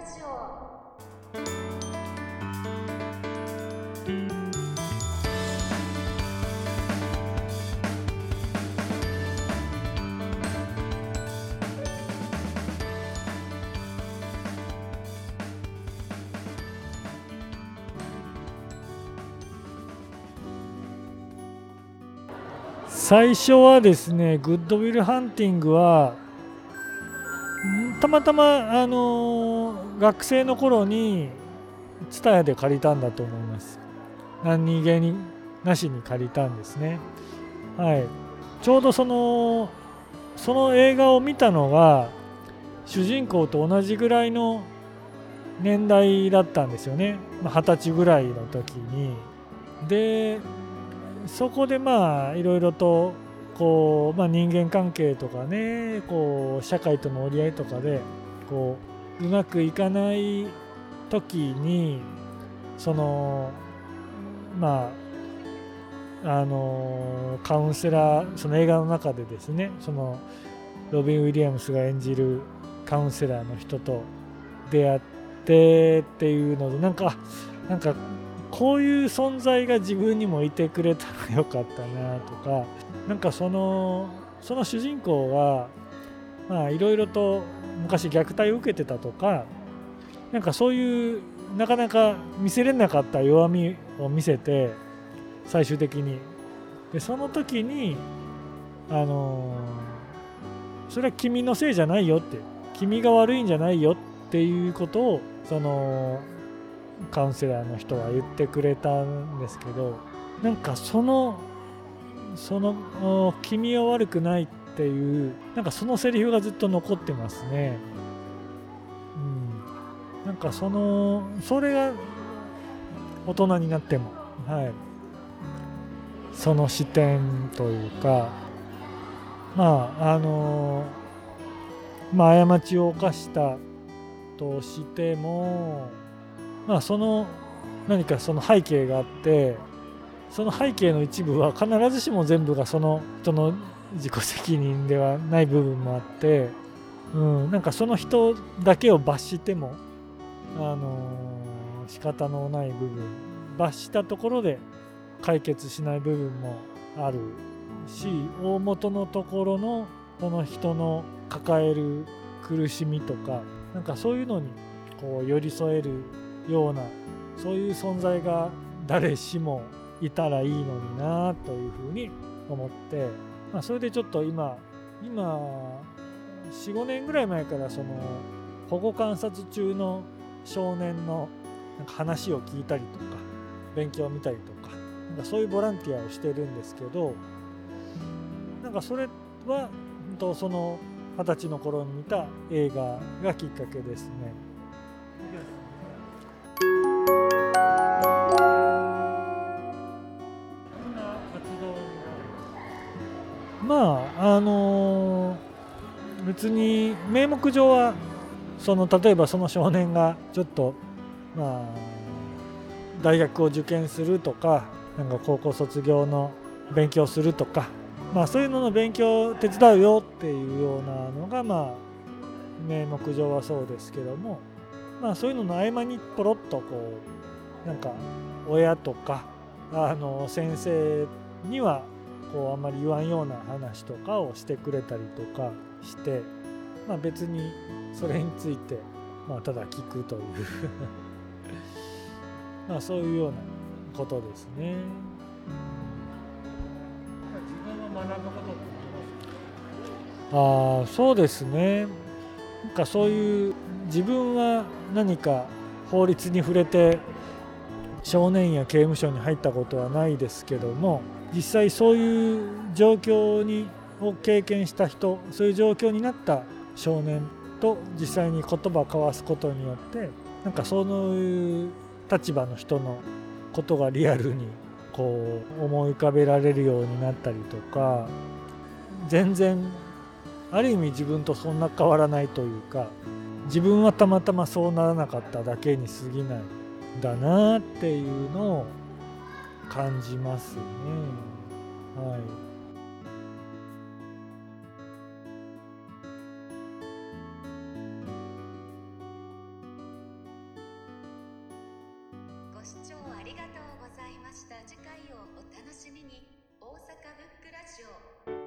ジオ。 最初はですね、グッドウィルハンティングはたまたま、学生の頃にツタヤで借りたんだと思います。何気になしに借りたんですね。はい、ちょうどその映画を見たのが主人公と同じぐらいの年代だったんですよね。20歳ぐらいの時に。でそこでいろいろとこう、人間関係とかね、こう社会との折り合いとかでこうまくいかない時にそのカウンセラー、その映画の中でですね、そのロビン・ウィリアムスが演じるカウンセラーの人と出会ってっていうので、なんかこういう存在が自分にもいてくれたらよかったなとか、なんかその主人公がいろいろと昔虐待を受けてたとか、なんかそういうなかなか見せれなかった弱みを見せて、最終的にでその時にそれは君のせいじゃないよって、君が悪いんじゃないよっていうことをそのカウンセラーの人は言ってくれたんですけど、なんかその君は悪くないっていう、なんかそのセリフがずっと残ってますね。なんかそれが大人になっても、その視点というか、過ちを犯したとしても、その何かその背景があって、その背景の一部は必ずしも全部がその人の自己責任ではない部分もあって、なんかその人だけを罰しても仕方のない部分、罰したところで解決しない部分もあるし、大元のところのこの人の抱える苦しみとか、なんかそういうのにこう寄り添えるような、そういう存在が誰しもいたらいいのになというふうに思って、それでちょっと今 4,5 年ぐらい前からその保護観察中の少年のなんか話を聞いたりとか勉強を見たりとか、なんかそういうボランティアをしてるんですけど、なんかそれはその20歳の頃に見た映画がきっかけですね。別に名目上は例えばその少年がちょっと大学を受験するとか、なんか高校卒業の勉強するとか、そういうのの勉強を手伝うよっていうようなのが名目上はそうですけども、そういうのの合間にポロッとこうなんか親とか先生にはこうあんまり言わんような話とかをしてくれたりとかして、別にそれについてただ聞くというそういうようなことですね。 自分は学ぶことってありますか？ そうですね。なんかそういう自分は何か法律に触れて少年や刑務所に入ったことはないですけども、実際そういう状況を経験した人、そういう状況になった少年と実際に言葉を交わすことによって、なんかそういう立場の人のことがリアルにこう思い浮かべられるようになったりとか、全然ある意味自分とそんな変わらないというか、自分はたまたまそうならなかっただけに過ぎないんだなっていうのを感じますね。 視聴ありがとうございました。次回をお楽しみに。大阪ブックラジオ。